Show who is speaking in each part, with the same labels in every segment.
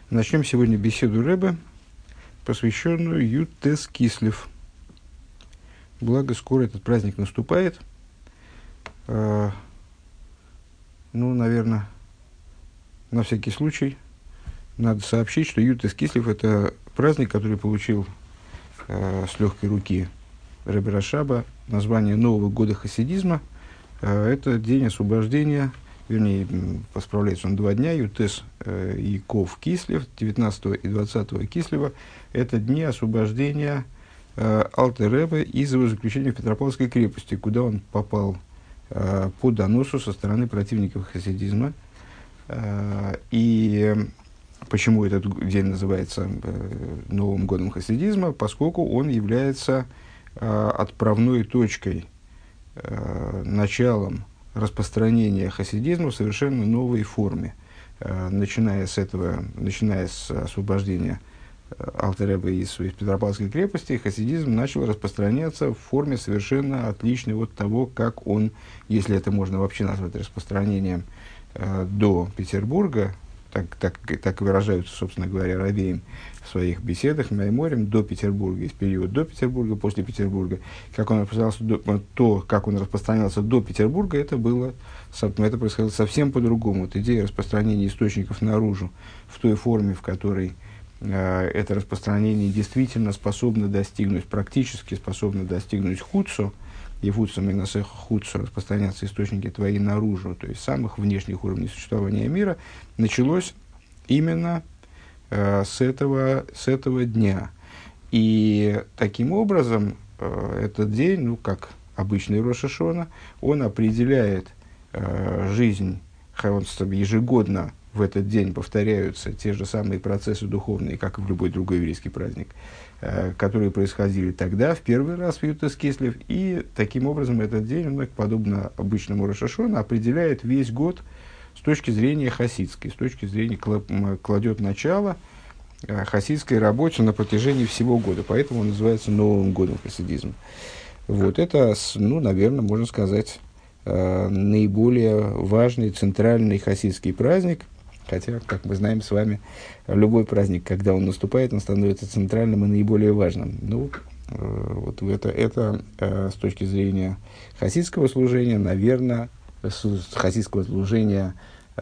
Speaker 1: Начнем сегодня беседу Ребе, посвященную Ют-Тес Кислев. Благо, скоро этот праздник наступает. Наверное, на всякий случай надо сообщить, что Ют-Тес Кислев – это праздник, который получил с легкой руки Ребе Рашаба название Нового года хасидизма. Это день освобождения, вернее, справляется он 2 дня, Ютес и Ков Кислев, 19 и 20 Кислева. Это дни освобождения Алтер Ребе из его заключения в Петропавловской крепости, куда он попал по доносу со стороны противников хасидизма. И почему этот день называется Новым годом хасидизма? Поскольку он является отправной точкой, началом распространения хасидизма в совершенно новой форме. Начиная с освобождения Алтер Ребе из Петропавловской крепости, хасидизм начал распространяться в форме совершенно отличной от того, как он, если это можно вообще назвать распространением, до Петербурга, так выражаются, собственно говоря, раввеим в своих беседах, Майморем, до Петербурга, из периода до Петербурга, после Петербурга, как он распространялся до Петербурга, это происходило совсем по-другому. Вот идея распространения источников наружу в той форме, в которой это распространение действительно способно достигнуть, практически способно достигнуть хуцу, и фуцу минасеха хуцу, распространяться источники твои наружу, то есть самых внешних уровней существования мира, началось именно с этого дня. И таким образом этот день, как обычный Рош ха-Шана, он определяет жизнь, ежегодно в этот день повторяются те же самые процессы духовные, как и в любой другой еврейский праздник, которые происходили тогда, в первый раз в Ют-Тес Кислев, и таким образом этот день, подобно обычному Рош ха-Шана, определяет весь год с точки зрения хасидской, с точки зрения кладет начало хасидской работе на протяжении всего года, поэтому он называется Новым годом хасидизма. Вот это, наверное, можно сказать, наиболее важный центральный хасидский праздник. Хотя, как мы знаем с вами, любой праздник, когда он наступает, он становится центральным и наиболее важным. Это с точки зрения хасидского служения, наверное, хасидского служения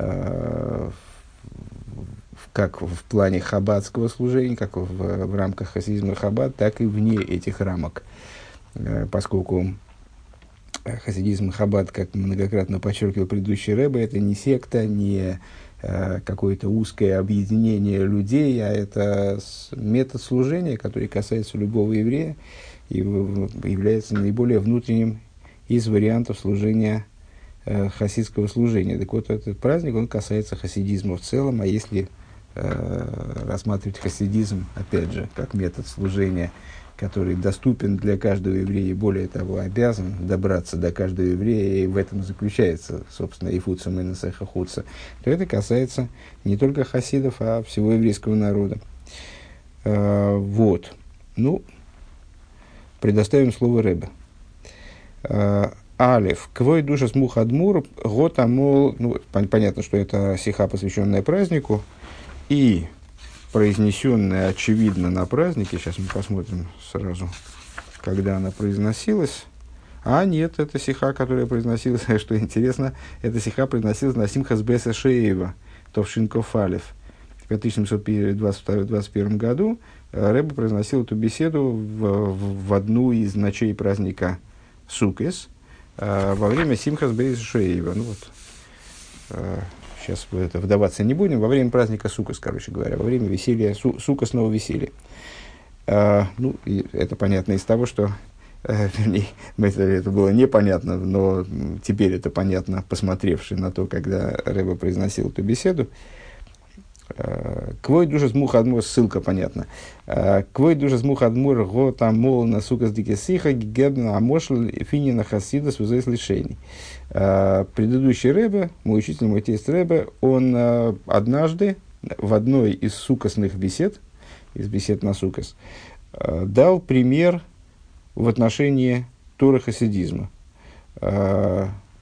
Speaker 1: как в плане хаббатского служения, как в рамках хасидизма Хаббат, так и вне этих рамок. Поскольку хасидизм и Хаббат, как многократно подчеркивал предыдущий Ребе, это не секта, не какое-то узкое объединение людей, а это метод служения, который касается любого еврея и является наиболее внутренним из вариантов служения, хасидского служения. Так вот, этот праздник, он касается хасидизма в целом, а если рассматривать хасидизм, опять же, как метод служения, который доступен для каждого еврея, и более того, обязан добраться до каждого еврея, и в этом заключается, собственно, и фуца минасеха хуца, то это касается не только хасидов, а всего еврейского народа. Предоставим слово Ребе. Алеф. Квой душа смух адмур, год амол. Понятно, что это сиха, посвященная празднику, и произнесенная, очевидно, на празднике. Сейчас мы посмотрим сразу, когда она произносилась. А нет, это сиха, которая произносилась, что интересно, эта сиха произносилась на Симхас Беса Шеева, Товшинков Алеф. В 1721 году Ребе произносил эту беседу в одну из ночей праздника Суккес во время Симхас Беса Шеева. Сейчас в это вдаваться не будем. Во время праздника Суккос, во время веселья, Суккосного веселья. Это понятно из того, что это было непонятно, но теперь это понятно, посмотревши на то, когда Ребе произносил эту беседу. Квой душа смух адмур, ссылка понятна. Квой душа смух адмур, год амол на Суккос дикесиха, гигебна амошл финина хасидас вузэс лишений. Предыдущий Ребе, мой учитель, мой тесть Ребе, он однажды в одной из суккосных бесед, из бесед на Суккос, дал пример в отношении Торы хасидизма.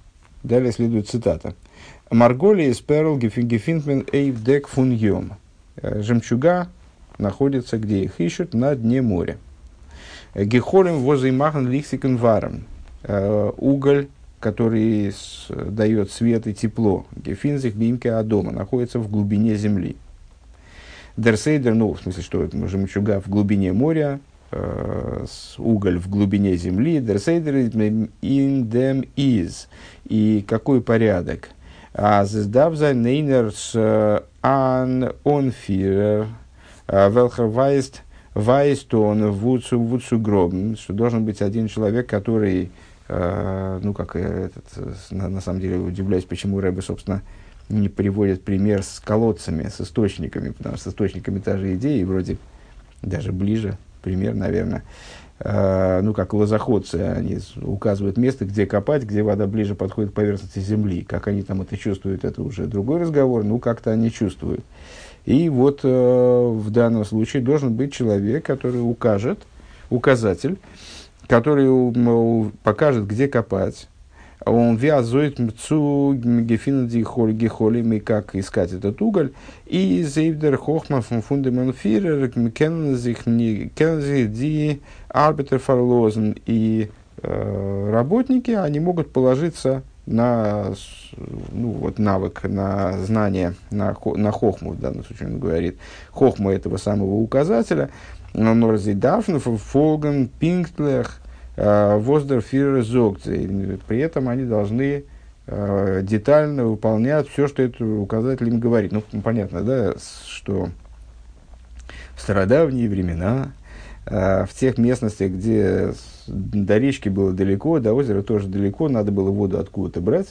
Speaker 1: Далее следует цитата. «Марголи из перл гефинтмен эйв дек фун йом». жемчуга находятся, где их ищут, на дне моря. Гехолем возле махан лихсикен варом. Уголь, который дает свет и тепло. Гефинзих бимке адома, находится в глубине земли. Дерсейдер, ну, в смысле, что жемчуга в глубине моря, уголь в глубине земли. Дерсейдер in them is. И какой порядок? Аздавза нейнерс ан онфирер велхер вайстон вуцу гробн, что должен быть один человек, который, ну, как на самом деле удивляюсь, почему Рэбе, собственно, не приводит пример с колодцами, с источниками, потому что с источниками та же идея, и вроде даже ближе пример, наверное. Ну, как лозоходцы, они указывают место, где копать, где вода ближе подходит к поверхности земли. Как они там это чувствуют, это уже другой разговор, ну, как-то они чувствуют. И вот в данном случае должен быть человек, который указатель, который покажет, где копать. Он вязует мцу гефинди гехолими, как искать этот уголь. И зейвдер хохма фундаментфирер кензих ди арбитер фарлозен. И работники, они могут положиться на, ну, вот, навык, на знание, на хохму, в данном случае он говорит, хохму этого самого указателя, фолген пинктлех воздерфир зогцей. При этом они должны детально выполнять все, что этот указатель им говорит. Ну, понятно, да, что в стародавние времена, в тех местностях, где до речки было далеко, до озера тоже далеко, надо было воду откуда-то брать,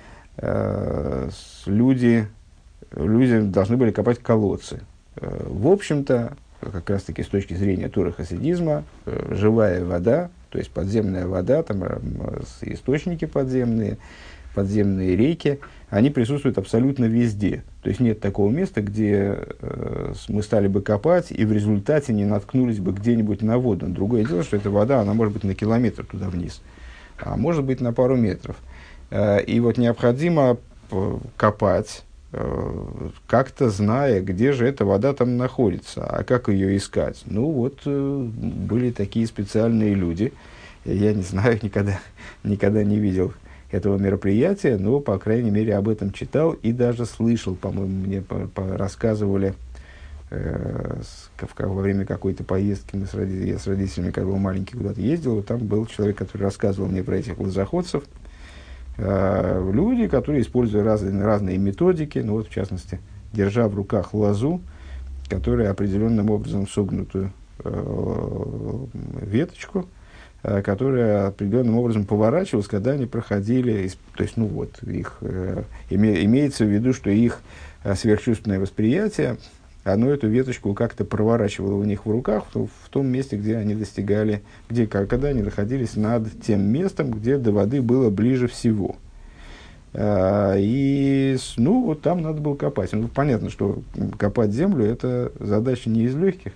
Speaker 1: люди должны были копать колодцы. В общем-то, как раз-таки с точки зрения Торы хасидизма, живая вода, то есть подземная вода, там источники подземные реки, они присутствуют абсолютно везде. То есть нет такого места, где мы стали бы копать и в результате не наткнулись бы где-нибудь на воду. Другое дело, что эта вода, она может быть на километр туда вниз, а может быть на пару метров. И вот необходимо копать, как-то зная, где же эта вода там находится, а как ее искать. Ну вот, были такие специальные люди. Я не знаю, никогда не видел этого мероприятия, но, по крайней мере, об этом читал и даже слышал. По-моему, мне рассказывали во время какой-то поездки, я с родителями, когда был маленький, куда-то ездил, там был человек, который рассказывал мне про этих лозоходцев. Люди, которые используют разные методики, ну вот, в частности, держа в руках лозу, которая определенным образом согнутую веточку, которая определенным образом поворачивалась, когда они проходили, то есть, ну вот, имеется в виду, что их сверхчувственное восприятие, оно эту веточку как-то проворачивало у них в руках в том месте, где они достигали, когда они находились над тем местом, где до воды было ближе всего. И, ну, вот там надо было копать. Ну, понятно, что копать землю – это задача не из легких.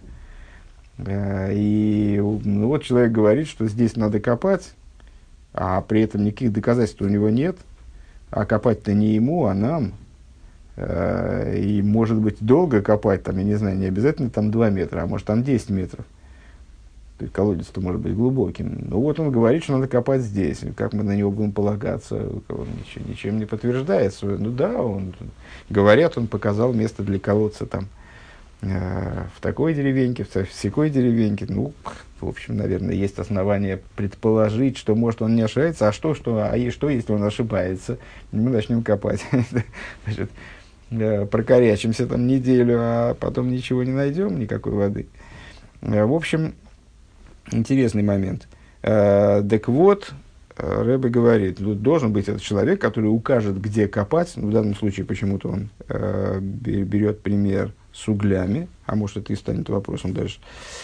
Speaker 1: И, ну, вот человек говорит, что здесь надо копать, а при этом никаких доказательств у него нет, а копать-то не ему, а нам. И, может быть, долго копать, там, я не знаю, не обязательно там 2 метра, а может там 10 метров. То есть колодец-то может быть глубоким. Ну вот он говорит, что надо копать здесь. Как мы на него будем полагаться? Он ничем не подтверждается. Ну да, говорят, он показал место для колодца там в такой деревеньке, в всякой деревеньке. Ну, в общем, наверное, есть основания предположить, что, может, он не ошибается. А что, если он ошибается? Мы начнем копать. Значит, прокорячимся там неделю, а потом ничего не найдем, никакой воды. В общем, интересный момент. Так вот, Рэбе говорит, тут должен быть этот человек, который укажет, где копать. В данном случае почему-то он берет пример с углями, а может, это и станет вопросом дальше.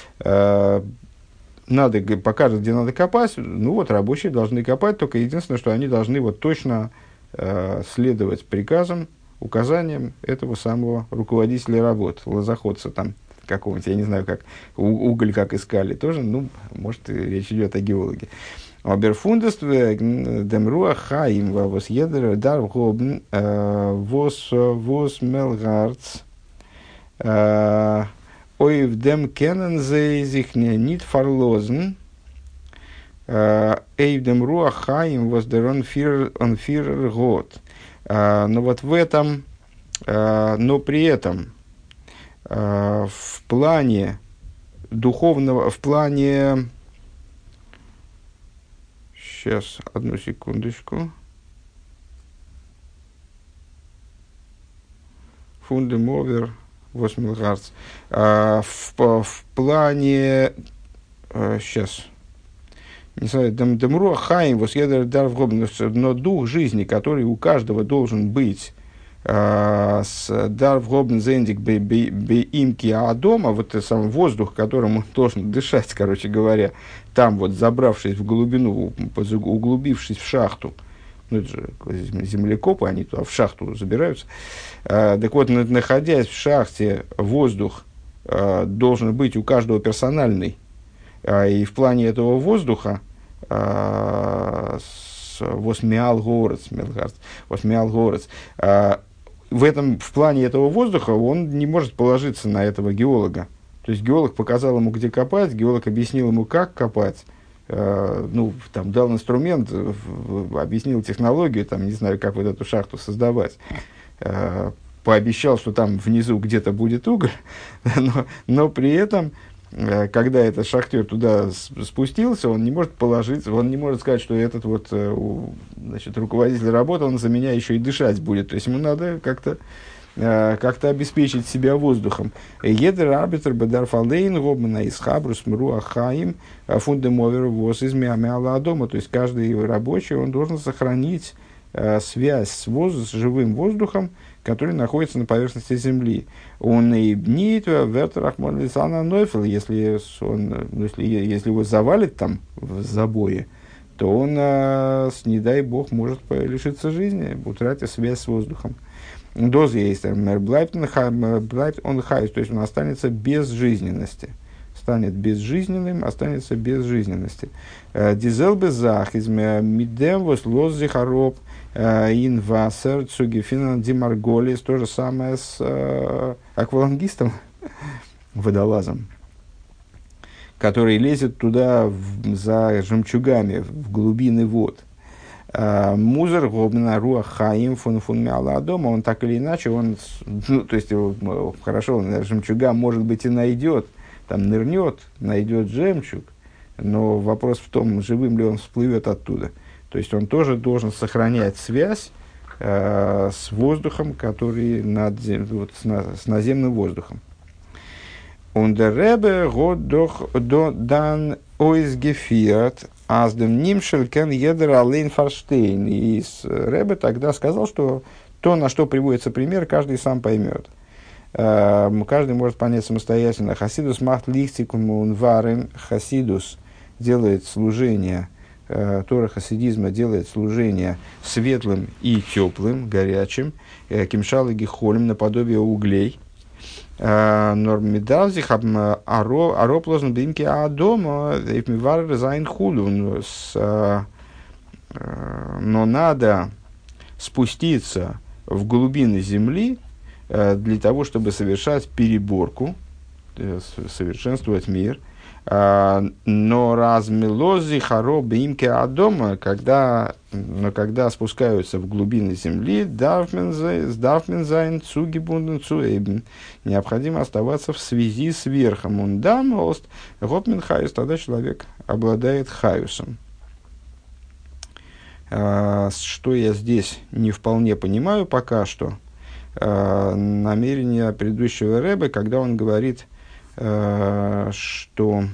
Speaker 1: Покажет, где надо копать. Ну вот, рабочие должны копать, только единственное, что они должны вот точно следовать приказам, указаниям этого самого руководителя работ, лозоходца там какого-нибудь, я не знаю, как уголь как искали, тоже, ну, может, речь идет о геологе. Оберфундест демруа хаим вос едер дар гобн вос мелгарц Ойвдем кеннен зе sich нит verlosen, эйвдем руах хаим was der on vier год. Но вот в этом, но при этом в плане духовного, в плане... Сейчас, одну секундочку. Фундемовер, 8 Гц. В плане... Сейчас. Не знаю, Демруа Хайм, но дух жизни, который у каждого должен быть, с Дарвгобн Зендик Беимки Адома, вот этот самый воздух, которым он должен дышать, короче говоря, там вот забравшись в глубину, углубившись в шахту, ну это же землекопы, они туда в шахту забираются, так вот, находясь в шахте, воздух должен быть у каждого персональный, и в плане этого воздуха Восмиал Горец, в плане этого воздуха он не может положиться на этого геолога. То есть геолог показал ему, где копать, геолог объяснил ему, как копать, там, дал инструмент, объяснил технологию, там, не знаю, как вот эту шахту создавать. Пообещал, что там внизу где-то будет уголь, но при этом, когда этот шахтер туда спустился, он не может положиться, он не может сказать, что этот вот, значит, руководитель работы, он за меня еще и дышать будет. То есть ему надо как-то обеспечить себя воздухом. Едер арбитр бедар фалдейн гобмана из хабрус мруа хаим фундемовер воз из миамиала дома. То есть каждый рабочий, он должен сохранить связь с живым воздухом, который находится на поверхности земли. Он и бнит вертерахмон лисана нойфел, если его завалит там в забое, то он, не дай бог, может лишиться жизни, утратить связь с воздухом. Доза есть, бleibt он хайс, то есть он останется без жизненности. Станет безжизненным, останется без жизненности. Дизел безах из мидем вос лоз зихароб ин вассер цугефинан димарголис. То же самое с аквалангистом, водолазом, который лезет туда за жемчугами в глубины вод. Музер гобна руах хаим фун мяла дома, он так или иначе, то есть хорошо, он жемчуга, может быть, и найдет, там нырнет, найдет жемчуг, но вопрос в том, живым ли он всплывет оттуда. То есть он тоже должен сохранять связь с воздухом, который с наземным воздухом. Und der Rebbe hat doch dann ausgeführt, als dem Nimschel ken jeder allein verstehen. И Ребе тогда сказал, что то, на что приводится пример, каждый сам поймет. Каждый может понять самостоятельно. Хасидус махт лихтикум унварен. Хасидус делает служение, Тора хасидизма делает служение светлым и теплым, горячим, кимшал и гихолем, наподобие углей. Нормидавзих ароплозн бимки адома эфмивар зайн худу. Но надо спуститься в глубины земли для того, чтобы совершать переборку, совершенствовать мир. Но размелози харо бимки адома, когда спускаются в глубины земли, дарфмензайн цугибунден цуэбен, необходимо оставаться в связи с верхом. Он дамост гопмен хаюс, тогда человек обладает хаюсом. Что я здесь не вполне понимаю пока что, намерение предыдущего Ребе, когда он говорит, что,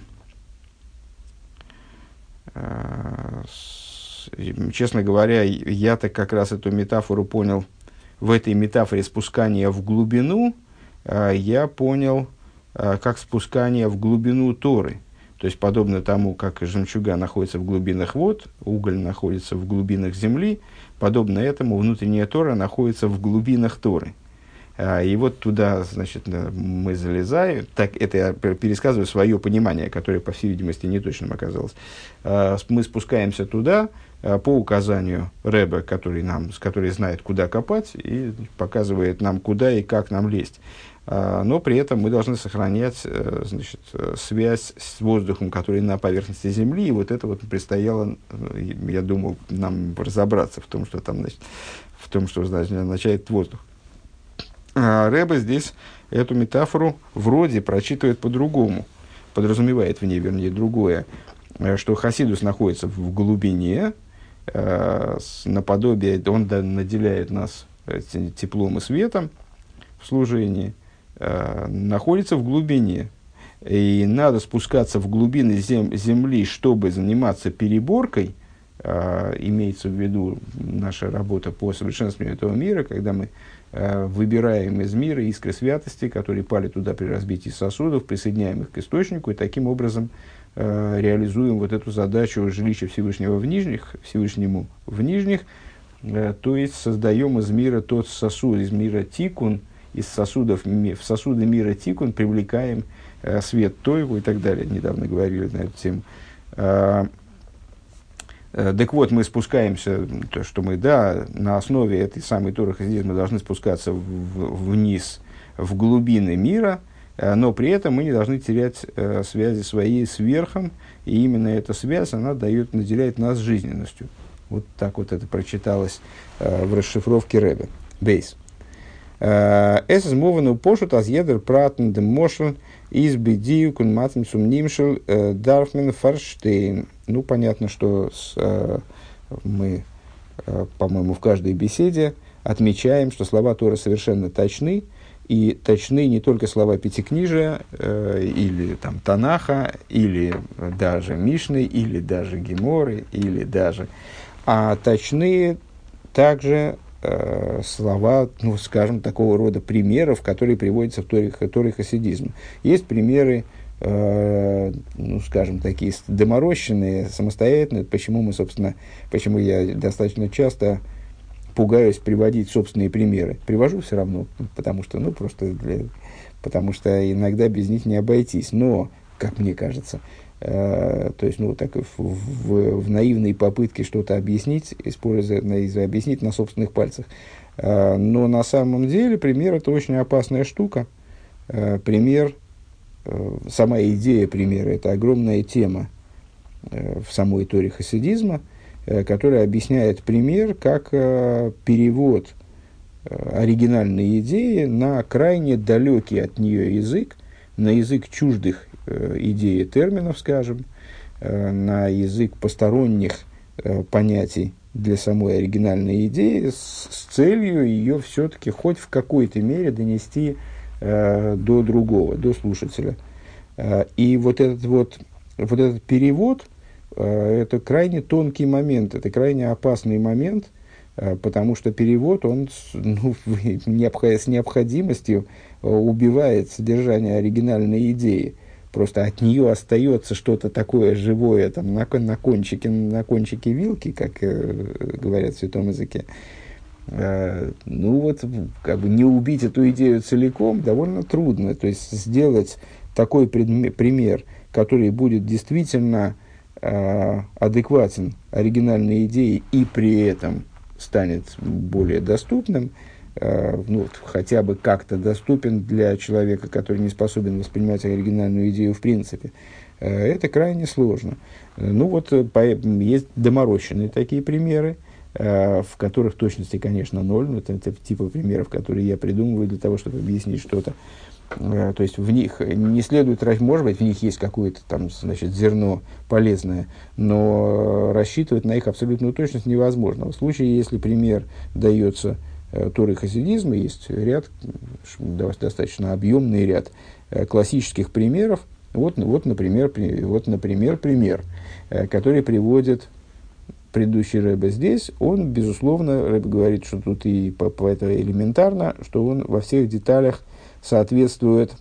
Speaker 1: честно говоря, я-то как раз эту метафору понял, в этой метафоре спускания в глубину, я понял как спускание в глубину Торы. То есть, подобно тому, как жемчуга находится в глубинах вод, уголь находится в глубинах земли, подобно этому внутренняя Тора находится в глубинах Торы. И вот туда, значит, мы залезаем, так это я пересказываю свое понимание, которое, по всей видимости, неточным оказалось. Мы спускаемся туда по указанию Ребе, который знает, куда копать, и показывает нам, куда и как нам лезть. но при этом мы должны сохранять связь с воздухом, который на поверхности Земли. И вот это вот предстояло, я думаю, нам разобраться в том, что там, значит, в том, что означает воздух. Ребе здесь эту метафору вроде прочитывает по-другому, подразумевает в ней, вернее, другое, что Хасидус находится в глубине, наподобие, он наделяет нас теплом и светом в служении, находится в глубине. И надо спускаться в глубины земли, чтобы заниматься переборкой, имеется в виду наша работа по совершенствованию этого мира, когда мы выбираем из мира искры святости, которые пали туда при разбитии сосудов, присоединяем их к источнику, и таким образом реализуем вот эту задачу жилища Всевышнего Всевышнему в нижних, то есть создаем из мира тот сосуд, из мира тикун, из сосудов, в сосуды мира тикун привлекаем свет Тойву и так далее. Недавно говорили на эту тему. Так вот, мы спускаемся, то, что мы, да, на основе этой самой Торы хасидизма должны спускаться вниз, в глубины мира, но при этом мы не должны терять связи своей с верхом, и именно эта связь, она наделяет нас жизненностью. Вот так вот это прочиталось в расшифровке Ребе. Бейс. «Эс измовану пошут аз едер пратен дем мошен из бедию кун матем сумнимшел дарфмен фарштейн». Ну, понятно, что мы, по-моему, в каждой беседе отмечаем, что слова Торы совершенно точны, и точны не только слова Пятикнижия, или там, Танаха, или даже Мишны, или даже Геморы, или даже... А точны также слова, ну, скажем, такого рода примеров, которые приводятся в Торе хасидизма. Есть примеры, ну, скажем, такие доморощенные, самостоятельные, почему я достаточно часто пугаюсь приводить собственные примеры. Привожу все равно, потому что иногда без них не обойтись. Но, как мне кажется, то есть, ну, так в наивной попытке что-то объяснить, объяснить на собственных пальцах. Но на самом деле пример – это очень опасная штука. Пример, сама идея примера – это огромная тема в самой Торе хасидизма, которая объясняет пример как перевод оригинальной идеи на крайне далекий от нее язык, на язык чуждых идей и терминов, скажем, на язык посторонних понятий для самой оригинальной идеи с целью ее все-таки хоть в какой-то мере донести до другого, до слушателя. И вот этот перевод – это крайне тонкий момент, это крайне опасный момент, потому что перевод, он с необходимостью убивает содержание оригинальной идеи. Просто от нее остается что-то такое живое там, на кончике вилки, как говорят в святом языке. Ну вот, как бы не убить эту идею целиком довольно трудно. То есть сделать такой пример, который будет действительно адекватен оригинальной идее и при этом станет более доступным, ну, хотя бы как-то доступен для человека, который не способен воспринимать оригинальную идею в принципе. Это крайне сложно. Ну вот, есть доморощенные такие примеры, в которых точности, конечно, ноль, но это типа примеров, которые я придумываю для того, чтобы объяснить что-то. То есть в них не следует, может быть, в них есть какое-то там, значит, зерно полезное, но рассчитывать на их абсолютную точность невозможно. В случае, если пример дается Торы хасидизма, есть ряд, достаточно объемный ряд классических примеров. Вот, например, пример, который приводит предыдущий Ребе здесь. Он, безусловно, Ребе говорит, что тут и по это элементарно, что он во всех деталях соответствует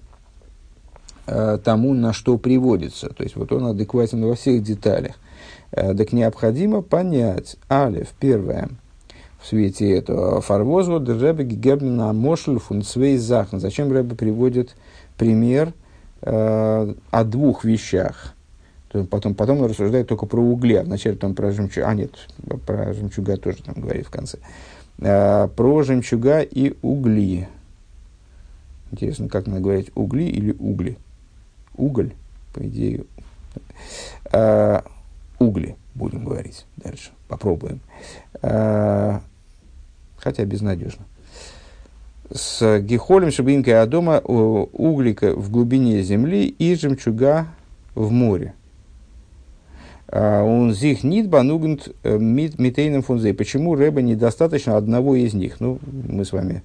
Speaker 1: тому, на что приводится. То есть, вот он адекватен во всех деталях. Так необходимо понять, первое, в свете этого, фарвозвод Ребе гегебна мошль фун цвей захн. Зачем Ребе приводит пример о двух вещах? Потом он рассуждает только про угля. Вначале там про жемчуга, про жемчуга тоже там говорит в конце. Про жемчуга и угли. Интересно, как надо говорить, угли или угли? Уголь, по идее. Угли будем говорить дальше. Попробуем. Хотя безнадежно. С гихолем шабинкой Адома углика в глубине земли и жемчуга в море. Он зих нит банугнт митейном фунзей. Почему Рэба недостаточно одного из них? Ну, мы с вами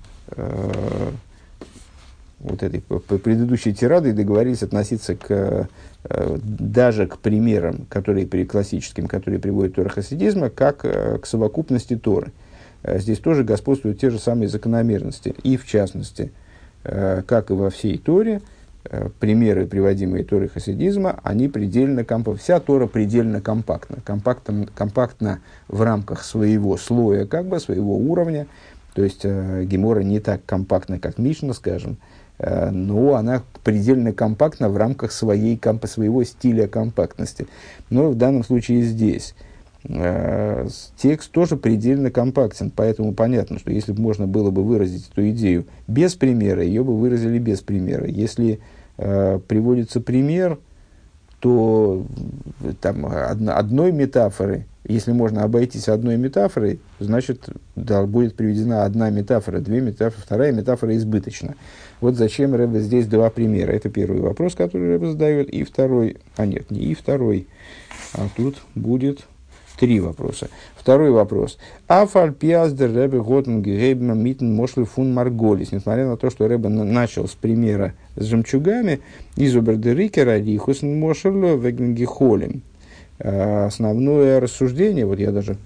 Speaker 1: вот этой предыдущей тирадой договорились относиться даже к примерам, классическим, которые приводят Тора хасидизма, как к совокупности Торы. Здесь тоже господствуют те же самые закономерности. И в частности, как и во всей Торе, примеры, приводимые Торой хасидизма, они предельно компактны. Вся Тора предельно компактна. Компактна в рамках своего слоя, своего уровня. То есть Гемора не так компактна, как Мишна, скажем, но она предельно компактна в рамках своего стиля компактности. Но в данном случае здесь текст тоже предельно компактен, поэтому понятно, что если бы можно было бы выразить эту идею без примера, ее бы выразили без примера. Если приводится пример, то там, одной метафоры, если можно обойтись одной метафорой, значит, будет приведена одна метафора, две метафоры, вторая метафора избыточна. Вот зачем Рэбе здесь два примера. Это первый вопрос, который Рэбе задает, и второй, не второй, а тут будет три вопроса. Второй вопрос. Афальпиаздер Рэбе готен грейбма митн мошлы фун марголис. Несмотря на то, что Рэбе начал с примера с жемчугами, из обердерикера рихусн мошерло вегнгихолем. Основное рассуждение, вот я даже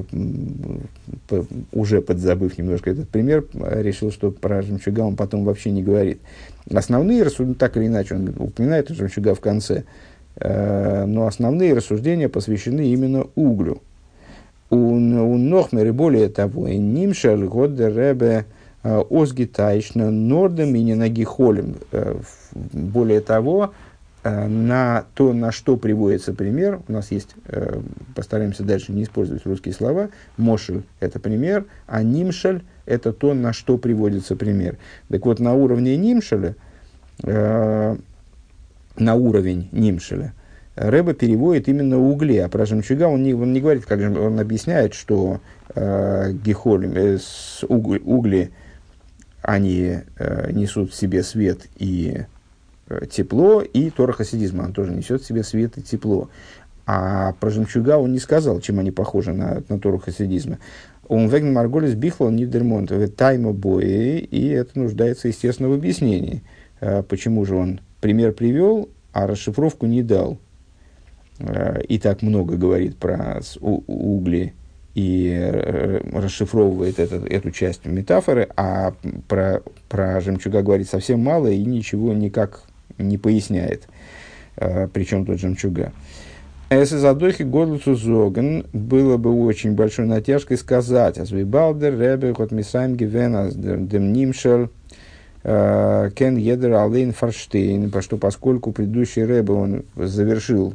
Speaker 1: уже подзабыв немножко этот пример, решил, что про жемчуга он потом вообще не говорит. Основные рассуждения, так или иначе, он упоминает жемчуга в конце, но основные рассуждения посвящены именно углю. У Нохмер и более того, нимшаль годде ребе озгитайшна нордем и ненагихолем. Более того, на то, на что приводится пример, у нас есть, постараемся дальше не использовать русские слова, мошель – это пример, а нимшаль – это то, на что приводится пример. Так вот, на уровне нимшаля, на уровень нимшеля, Рэбе переводит именно угли, а про жемчуга он не говорит, как же он объясняет, что угли, они несут в себе свет и тепло, и Тора хасидизма, он тоже несет в себе свет и тепло. А про жемчуга он не сказал, чем они похожи на Тору хасидизма. Он вегн марголис бихлал нидермонт таймо бои, и это нуждается, естественно, в объяснении. Почему же он пример привел, а расшифровку не дал. И так много говорит про угли и расшифровывает эту часть метафоры, а про жемчуга говорит совсем мало и ничего никак не поясняет. Причем тут жемчуга. Если задохи годлуцу зоген, было бы очень большой натяжкой сказать, «Азвибалдер ребе хот мисаем гивенас дем нимшел кен едер алейн фарштейн», поскольку предыдущий ребе он завершил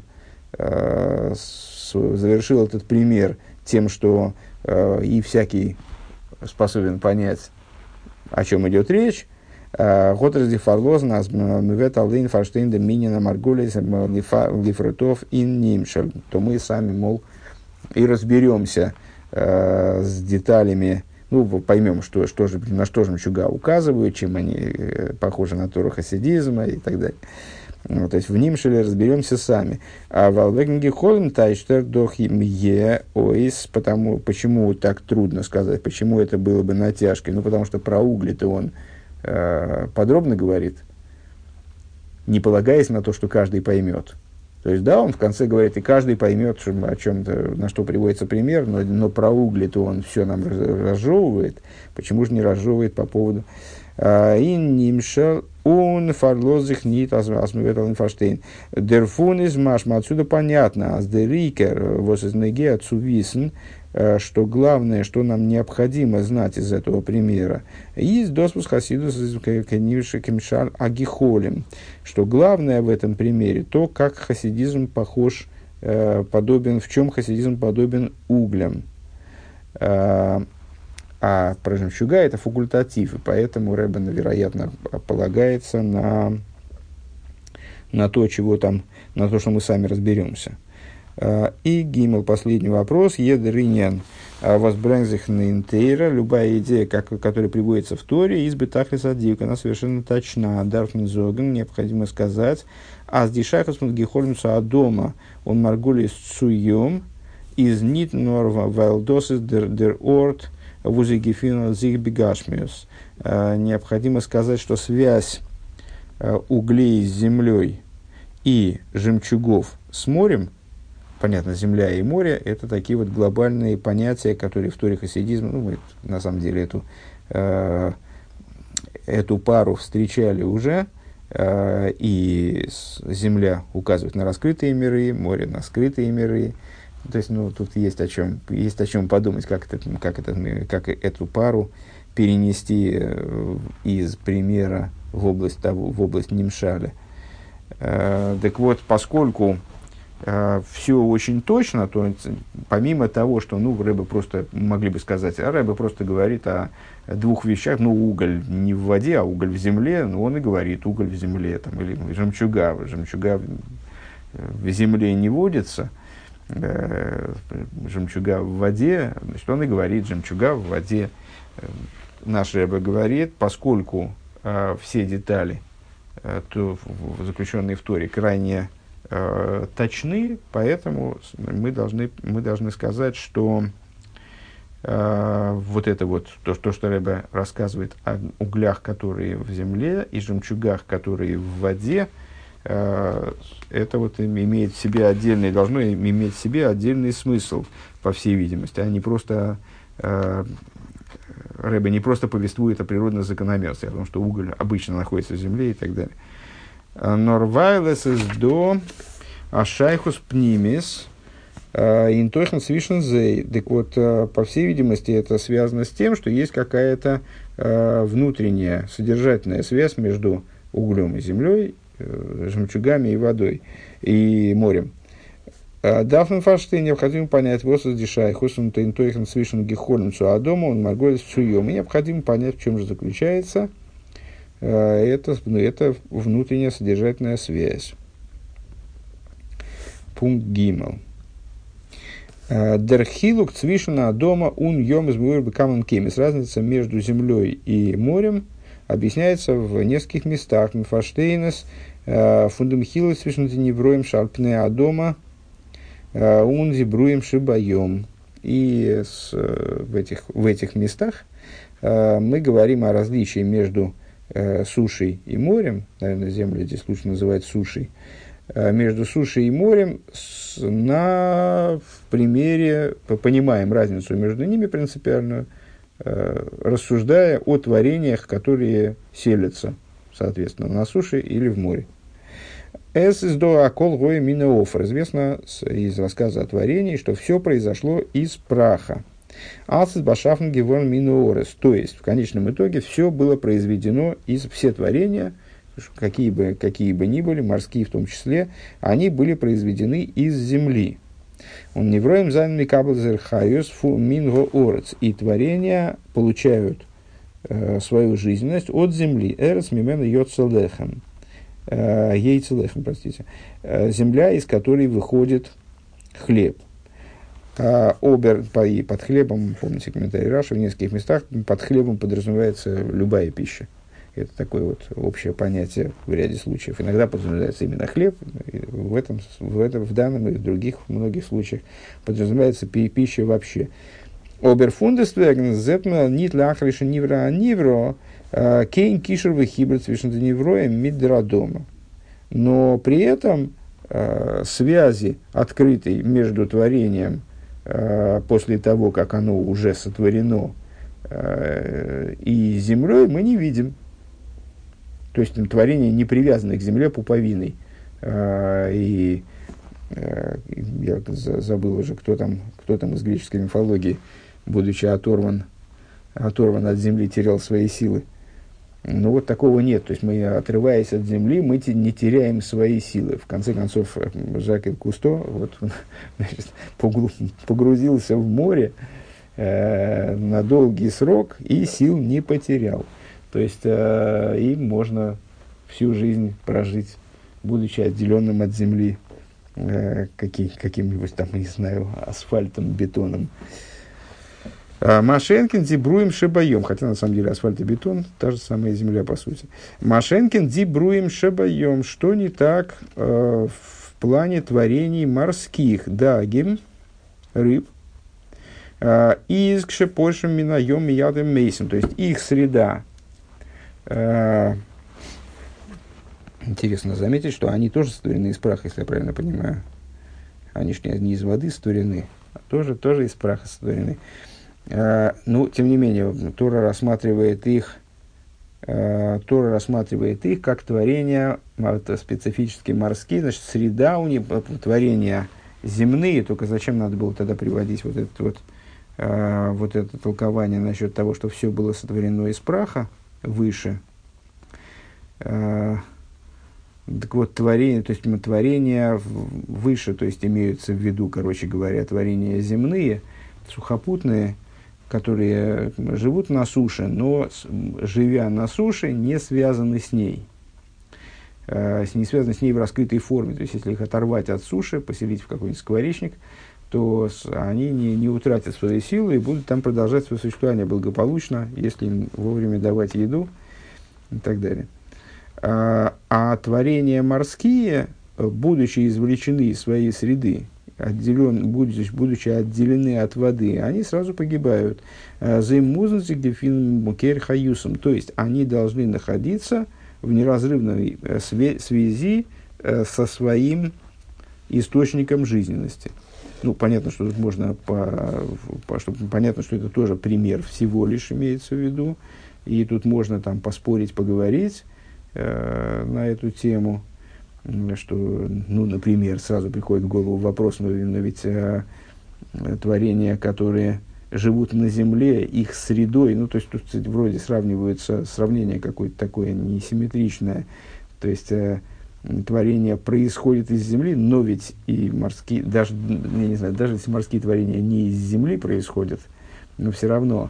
Speaker 1: этот пример тем, что и всякий способен понять, о чем идет речь. Готрезди фарлоз нас мивет алейн фарштейн де минина маргулис лифрутов ин нимшель. То мы сами, мол, и разберемся с деталями, поймем, на что жемчуга указывают, чем они похожи на Тору хасидизма и так далее. То есть в нимшеле разберемся сами. А в алвегнге холм тайштер дохим е оис, почему так трудно сказать, почему это было бы натяжкой? Потому что про угли-то он подробно говорит, не полагаясь на то, что каждый поймет. То есть, да, он в конце говорит, и каждый поймет, о чем-то, на что приводится пример, но про угли-то он все нам разжевывает. Почему же не разжевывает по поводу «Ин нимшел ун фарлозих нит асмуветал инфаштейн». «Дерфун из машма». Отсюда понятно, «Аз дерикер вос из неги отсувисен», что главное, что нам необходимо знать из этого примера, есть доспус хасидус кемшаль агихолем, что главное в этом примере то, как хасидизм похож, подобен, в чем хасидизм подобен углям. А про жемчуга это факультатив, и поэтому Ребе, вероятно, полагается на то, чего там, на то, что мы сами разберемся. И Гимел, последний вопрос. Едриньян возбрэнзихнейнтейра. Любая идея, которая приводится в Торе, из бетахлис аддик, она совершенно точна. Дарфмен зоген, необходимо сказать. А с дишахас мудгихольмуса адома он маргулис цуем из нит норва вайлдосис дер орт вузигифина зигбигашмиус. Необходимо сказать, что связь углей с землей и жемчугов с морем, понятно, земля и море, это такие вот глобальные понятия, которые в Торе хасидизма, мы на самом деле эту пару встречали уже, и земля указывает на раскрытые миры, море на скрытые миры. То есть, тут есть о чем подумать, как эту пару перенести из примера в область Нимшаля. Так вот, поскольку все очень точно, то помимо того, что Рэбе просто, могли бы сказать, Рэбе просто говорит о двух вещах, уголь не в воде, а уголь в земле, он и говорит, уголь в земле, или жемчуга в земле не водится, жемчуга в воде, значит, он и говорит, жемчуга в воде. Наш Рэбе говорит, поскольку все детали, заключенные в Торе, крайне точны, поэтому мы должны сказать, что вот это вот, то, что Рэбе рассказывает о углях, которые в земле, и жемчугах, которые в воде, это вот имеет в себе должно иметь в себе отдельный смысл, по всей видимости, а не просто Рэбе не просто повествует о природных закономерностях, о том, что уголь обычно находится в земле и так далее. Норвайлес из до ашайхус пнимис интойхан свишензей. Так вот, по всей видимости, это связано с тем, что есть какая-то внутренняя содержательная связь между углем и землей, жемчугами и водой, и морем. Дафнен фаштейн необходимо понять, вот дишайхус интойхан свишен гихолем цуадома, он марголис цуем. И необходимо понять, в чем же заключается это внутренняя содержательная связь. Пункт Гимел. Дерхилук цвишена дома ун йом из бекамон кемис. Разница между землей и морем объясняется в нескольких местах. Мифаштейнес фундамхилус цвишен невроем шалпне адома ун зибруем шибаем. И в этих местах мы говорим о различии между сушей и морем, наверное, землю здесь лучше называть сушей, между сушей и морем в примере, понимаем разницу между ними принципиальную, рассуждая о творениях, которые селятся, соответственно, на суше или в море. Эс из до акол гоя минеофр. Известно из рассказа о творении, что все произошло из праха. Алсис башафн гевон минуорес. То есть, в конечном итоге, все было произведено из все творения, какие бы ни были, морские в том числе, они были произведены из земли. Он невроем зайн микаблзер хайос фу минго орец. И творения получают свою жизненность от земли. Эрец мимена йоцелехем. Ейцелехем, простите. Земля, из которой выходит хлеб. Обер, под хлебом, помните комментарий Раши, в нескольких местах под хлебом подразумевается любая пища. Это такое вот общее понятие в ряде случаев. Иногда подразумевается именно хлеб, в данном и в других многих случаях подразумевается пища вообще. Оберфундествеген зетмел нит лахриша нивра нивро кейн кишер вехибр цвишен невроем мидрадома. Но при этом связи открытой между творением после того, как оно уже сотворено, и землей мы не видим. То есть творение не привязано к земле пуповиной. И я забыл уже, кто там из греческой мифологии, будучи оторван от земли, терял свои силы. Но вот такого нет. То есть мы, отрываясь от земли, мы не теряем свои силы. В конце концов, Жак Кусто погрузился в море, на долгий срок и сил не потерял. То есть им можно всю жизнь прожить, будучи отделенным от земли каким-нибудь там, не знаю, асфальтом, бетоном. Машенкин дибруем шебаем, хотя на самом деле асфальт и бетон та же самая земля по сути. Машенкин дибруем шебаем, что не так в плане творений морских, дагим, рыб, из кшепошем минаем и ядом мейсом, то есть их среда. Интересно заметить, что они тоже сотворены из праха, если я правильно понимаю. Они же не из воды сотворены, а тоже из праха сотворены. Но, тем не менее, Тора рассматривает их как творения специфически морские, значит, среда у них, творения земные, только зачем надо было тогда приводить вот это толкование насчет того, что все было сотворено из праха выше. Так вот, творения выше, то есть имеются в виду, короче говоря, творения земные, сухопутные, которые живут на суше, но, живя на суше, не связаны с ней. Не связаны с ней в раскрытой форме. То есть, если их оторвать от суши, поселить в какой-нибудь скворечник, то они не утратят свои силы и будут там продолжать свое существование благополучно, если им вовремя давать еду и так далее. А творения морские, будучи извлечены из своей среды, будучи отделены от воды, они сразу погибают. То есть они должны находиться в неразрывной связи со своим источником жизненности. Ну, понятно, что тут можно, понятно, что это тоже пример всего лишь имеется в виду, и тут можно там поспорить, поговорить на эту тему, что, ну, например, сразу приходит в голову вопрос, но ведь творения, которые живут на земле, их средой, ну, то есть тут, кстати, вроде сравнение какое-то такое несимметричное, то есть творение происходит из земли, но ведь и морские, даже, я не знаю, даже если морские творения не из земли происходят, но все равно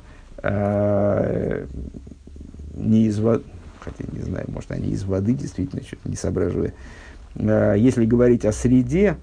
Speaker 1: не из воды, хотя не знаю, может, они из воды, действительно, что-то не соображаю. Если говорить о среде,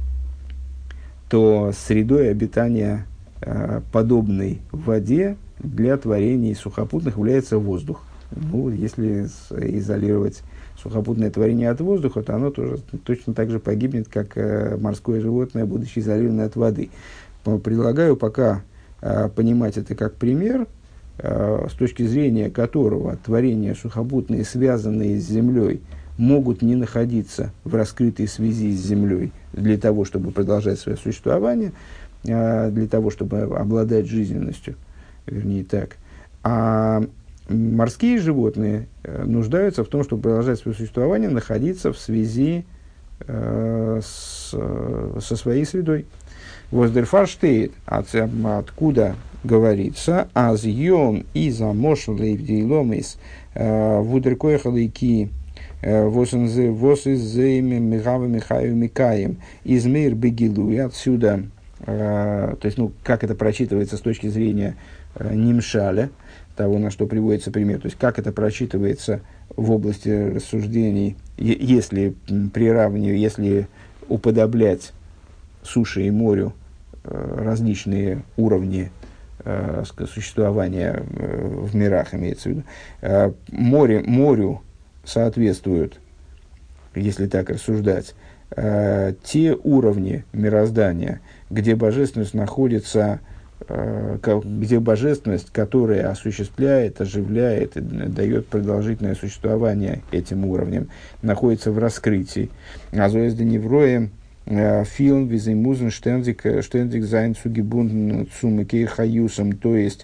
Speaker 1: то средой обитания, подобной воде, для творений сухопутных является воздух. Ну, если изолировать сухопутное творение от воздуха, то оно тоже точно так же погибнет, как морское животное, будучи изолировано от воды. Предлагаю пока понимать это как пример, с точки зрения которого творения сухопутные, связанные с землей, могут не находиться в раскрытой связи с землей для того, чтобы продолжать свое существование, для того, чтобы обладать жизненностью, вернее так. А морские животные нуждаются в том, чтобы продолжать свое существование, находиться в связи со своей средой. Воздерфарштейт, откуда говорится, аз йом иза мошлей вдейломис вудеркоехалейки восиззейми мигавы михаю микаем измир бегилу. И отсюда, то есть, ну, как это прочитывается с точки зрения нимшаля, того, на что приводится пример, то есть, как это прочитывается в области рассуждений, если приравнивать, если уподоблять суше и морю различные уровни существования в мирах, имеется в виду. Морю соответствуют, если так рассуждать, те уровни мироздания, где божественность находится, где божественность, которая осуществляет, оживляет и дает продолжительное существование этим уровням, находится в раскрытии. Азоэзда невроем фильм визимузен штендик зайн цугибунден цумекей хаюсом, то есть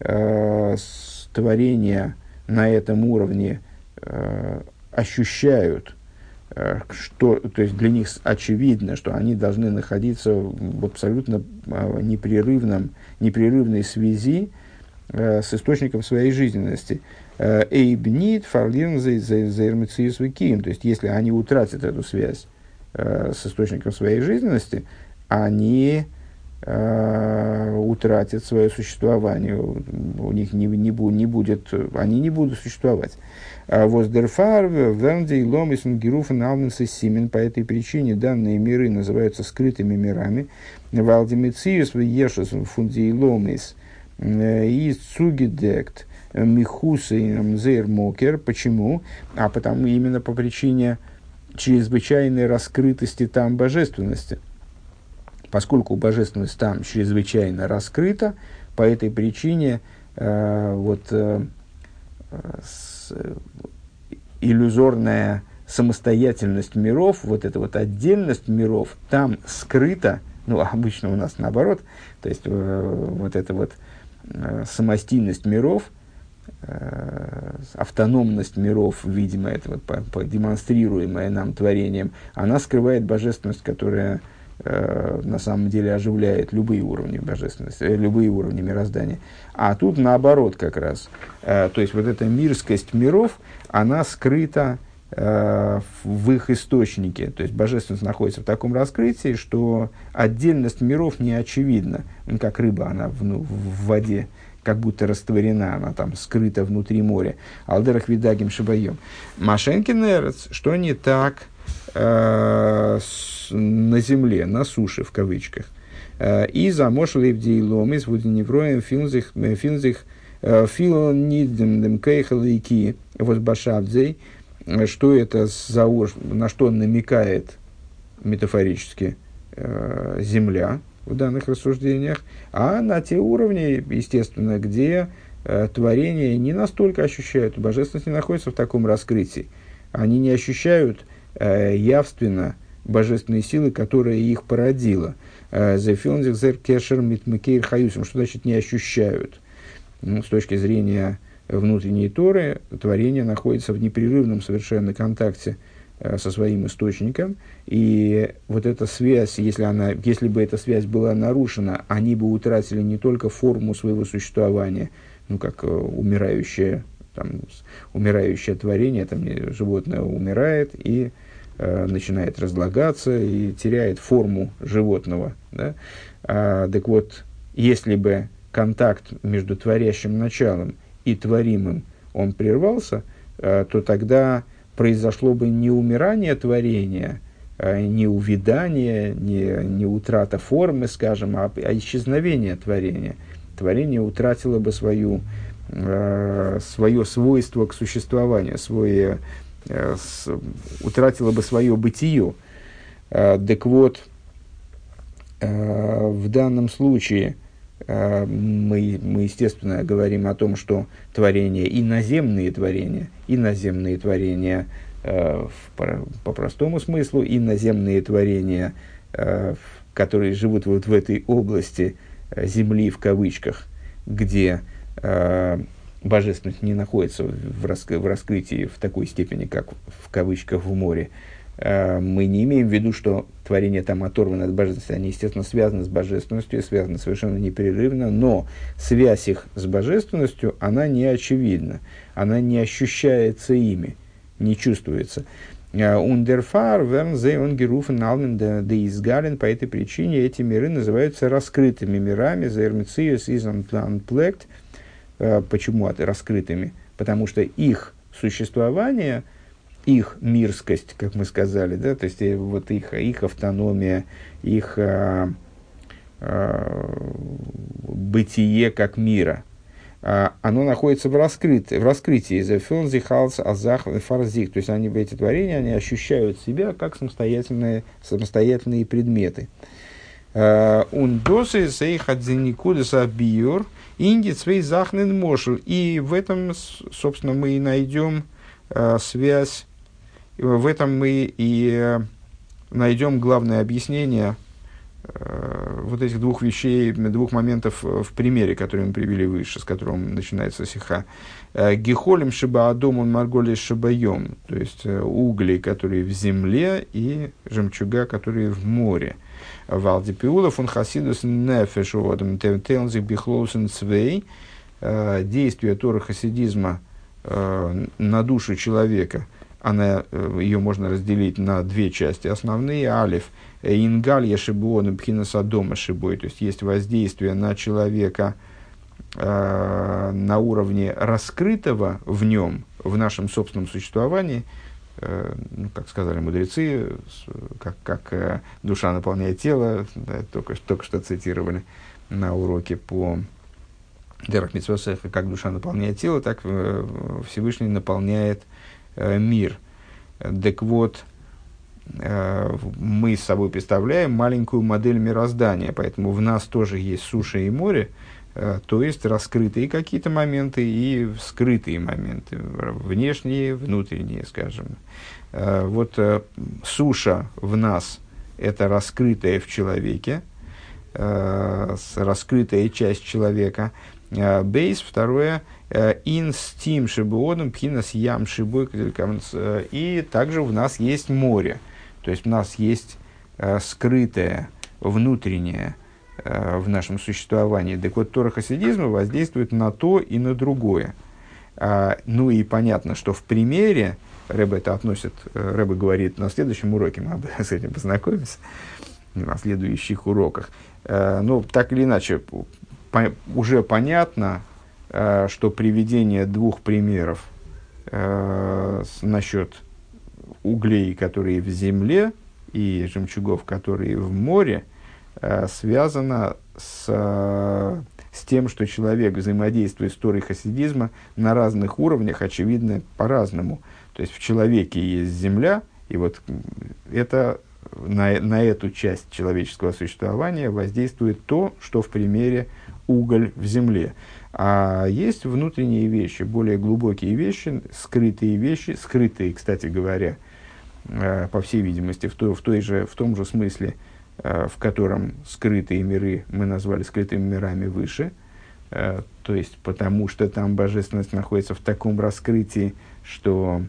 Speaker 1: творения на этом уровне ощущают, что, то есть для них очевидно, что они должны находиться в абсолютно непрерывной связи с источником своей жизненности. Эйбнит фарлин зейрмициус викием, то есть если они утратят эту связь с источником своей жизненности, они утратят свое существование, у них не будет, они не будут существовать. Воздерфар, Вернди, Ломисен, Геруфен, Алменс и Симен. По этой причине данные миры называются скрытыми мирами. Валдимициус, Ешес, Фунди, Ломис, и Цугидект, Михусы, Зейрмокер. Почему? А потому именно по причине чрезвычайной раскрытости там божественности. Поскольку божественность там чрезвычайно раскрыта, по этой причине иллюзорная самостоятельность миров, вот эта вот отдельность миров, там скрыта, обычно у нас наоборот, то есть вот эта вот самостийность миров, автономность миров, видимо, это вот демонстрируемая нам творением, она скрывает божественность, которая на самом деле оживляет любые уровни божественности, любые уровни мироздания. А тут наоборот как раз. То есть вот эта мирскость миров, она скрыта в их источнике. То есть божественность находится в таком раскрытии, что отдельность миров не очевидна. Как рыба, она в воде, как будто растворена, она там скрыта внутри моря. Алдерах видагим шибаем. Машенкин эрец, что не так на земле, на суше, в кавычках. И замошли в дийломис, в удиневроем филнзих филнидем кейхалейки возбашавдзей. Что это за на что он намекает метафорически земля в данных рассуждениях, а на те уровни, естественно, где творения не настолько ощущают, божественность не находится в таком раскрытии. Они не ощущают явственно божественные силы, которая их породила. Что значит не ощущают? С точки зрения внутренней Торы, творение находится в непрерывном совершенно контакте со своим источником, и вот эта связь, если бы эта связь была нарушена, они бы утратили не только форму своего существования, как умирающее творение, животное умирает и начинает разлагаться и теряет форму животного. Да? Так вот, если бы контакт между творящим началом и творимым он прервался, то тогда произошло бы не умирание творения, не увядание, не утрата формы, скажем, а исчезновение творения. Творение утратило бы свое свойство к существованию, утратило бы свое бытие. Так вот, в данном случае мы, естественно, говорим о том, что творения, иноземные творения по простому смыслу, иноземные творения, которые живут вот в этой области земли, в кавычках, где божественность не находится в раскрытии в такой степени, как в кавычках в море, мы не имеем в виду, что творения там оторваны от божественности. Они, естественно, связаны с божественностью, связаны совершенно непрерывно, но связь их с божественностью, она не очевидна, она не ощущается ими, не чувствуется. Ундерфар, вернзе, онгеруфен, алмен, де изгален. По этой причине эти миры называются раскрытыми мирами, зермициус из анплект. Почему раскрытыми? Потому что их существование, их мирскость, как мы сказали, да, то есть вот их автономия, их бытие как мира, оно находится в раскрытии. То есть эти творения, они ощущают себя как самостоятельные предметы. И в этом, собственно, мы и найдем связь, в этом мы и найдем главное объяснение вот этих двух вещей, двух моментов в примере, который мы привели выше, с которым начинается сиха. Гехолем шибаадом он марголи шибаем, то есть угли, которые в земле, и жемчуга, которые в море. Валдипиулов он хасидус нефеш водом тевтелзик бихлоусен цвей. Действие Торы хасидизма на душу человека ее можно разделить на две части основные. Алиф, ингаль ешибуон пхинасадома шибой, то есть есть воздействие на человека на уровне раскрытого в нем, в нашем собственном существовании, как сказали мудрецы, как душа наполняет тело, да, только что цитировали на уроке по Дерах Мицвот Сехер, как душа наполняет тело, так Всевышний наполняет мир. Так вот, мы с собой представляем маленькую модель мироздания, поэтому в нас тоже есть суша и море, то есть раскрытые какие-то моменты и скрытые моменты, внешние, внутренние, скажем. Вот суша в нас – это раскрытая в человеке, раскрытая часть человека. Бейс, второе – инстим шибуодом пхинас ям шибой. И также в нас есть море, то есть у нас есть скрытое, внутреннее в нашем существовании. Так вот, Тора хасидизма воздействует на то и на другое. Ну и понятно, что в примере, Рэбе это относит, Рэбе говорит на следующем уроке, мы с этим познакомимся, на следующих уроках. Но так или иначе, уже понятно, что приведение двух примеров насчет углей, которые в земле, и жемчугов, которые в море, связано с тем, что человек взаимодействует с Торой хасидизма на разных уровнях, очевидно, по-разному. То есть в человеке есть земля, и вот это, на эту часть человеческого существования воздействует то, что в примере уголь в земле. А есть внутренние вещи, более глубокие вещи, скрытые, кстати говоря, по всей видимости, в том же смысле, в котором скрытые миры мы назвали скрытыми мирами выше, то есть потому что там божественность находится в таком раскрытии, что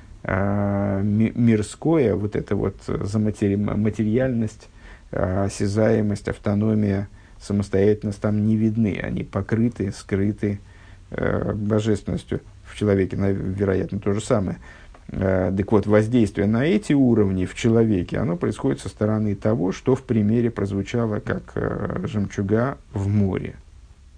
Speaker 1: мирское, вот эта вот материальность, осязаемость, автономия, самостоятельность там не видны, они покрыты, скрыты божественностью. В человеке, вероятно, то же самое. Так вот, воздействие на эти уровни в человеке, оно происходит со стороны того, что в примере прозвучало как жемчуга в море.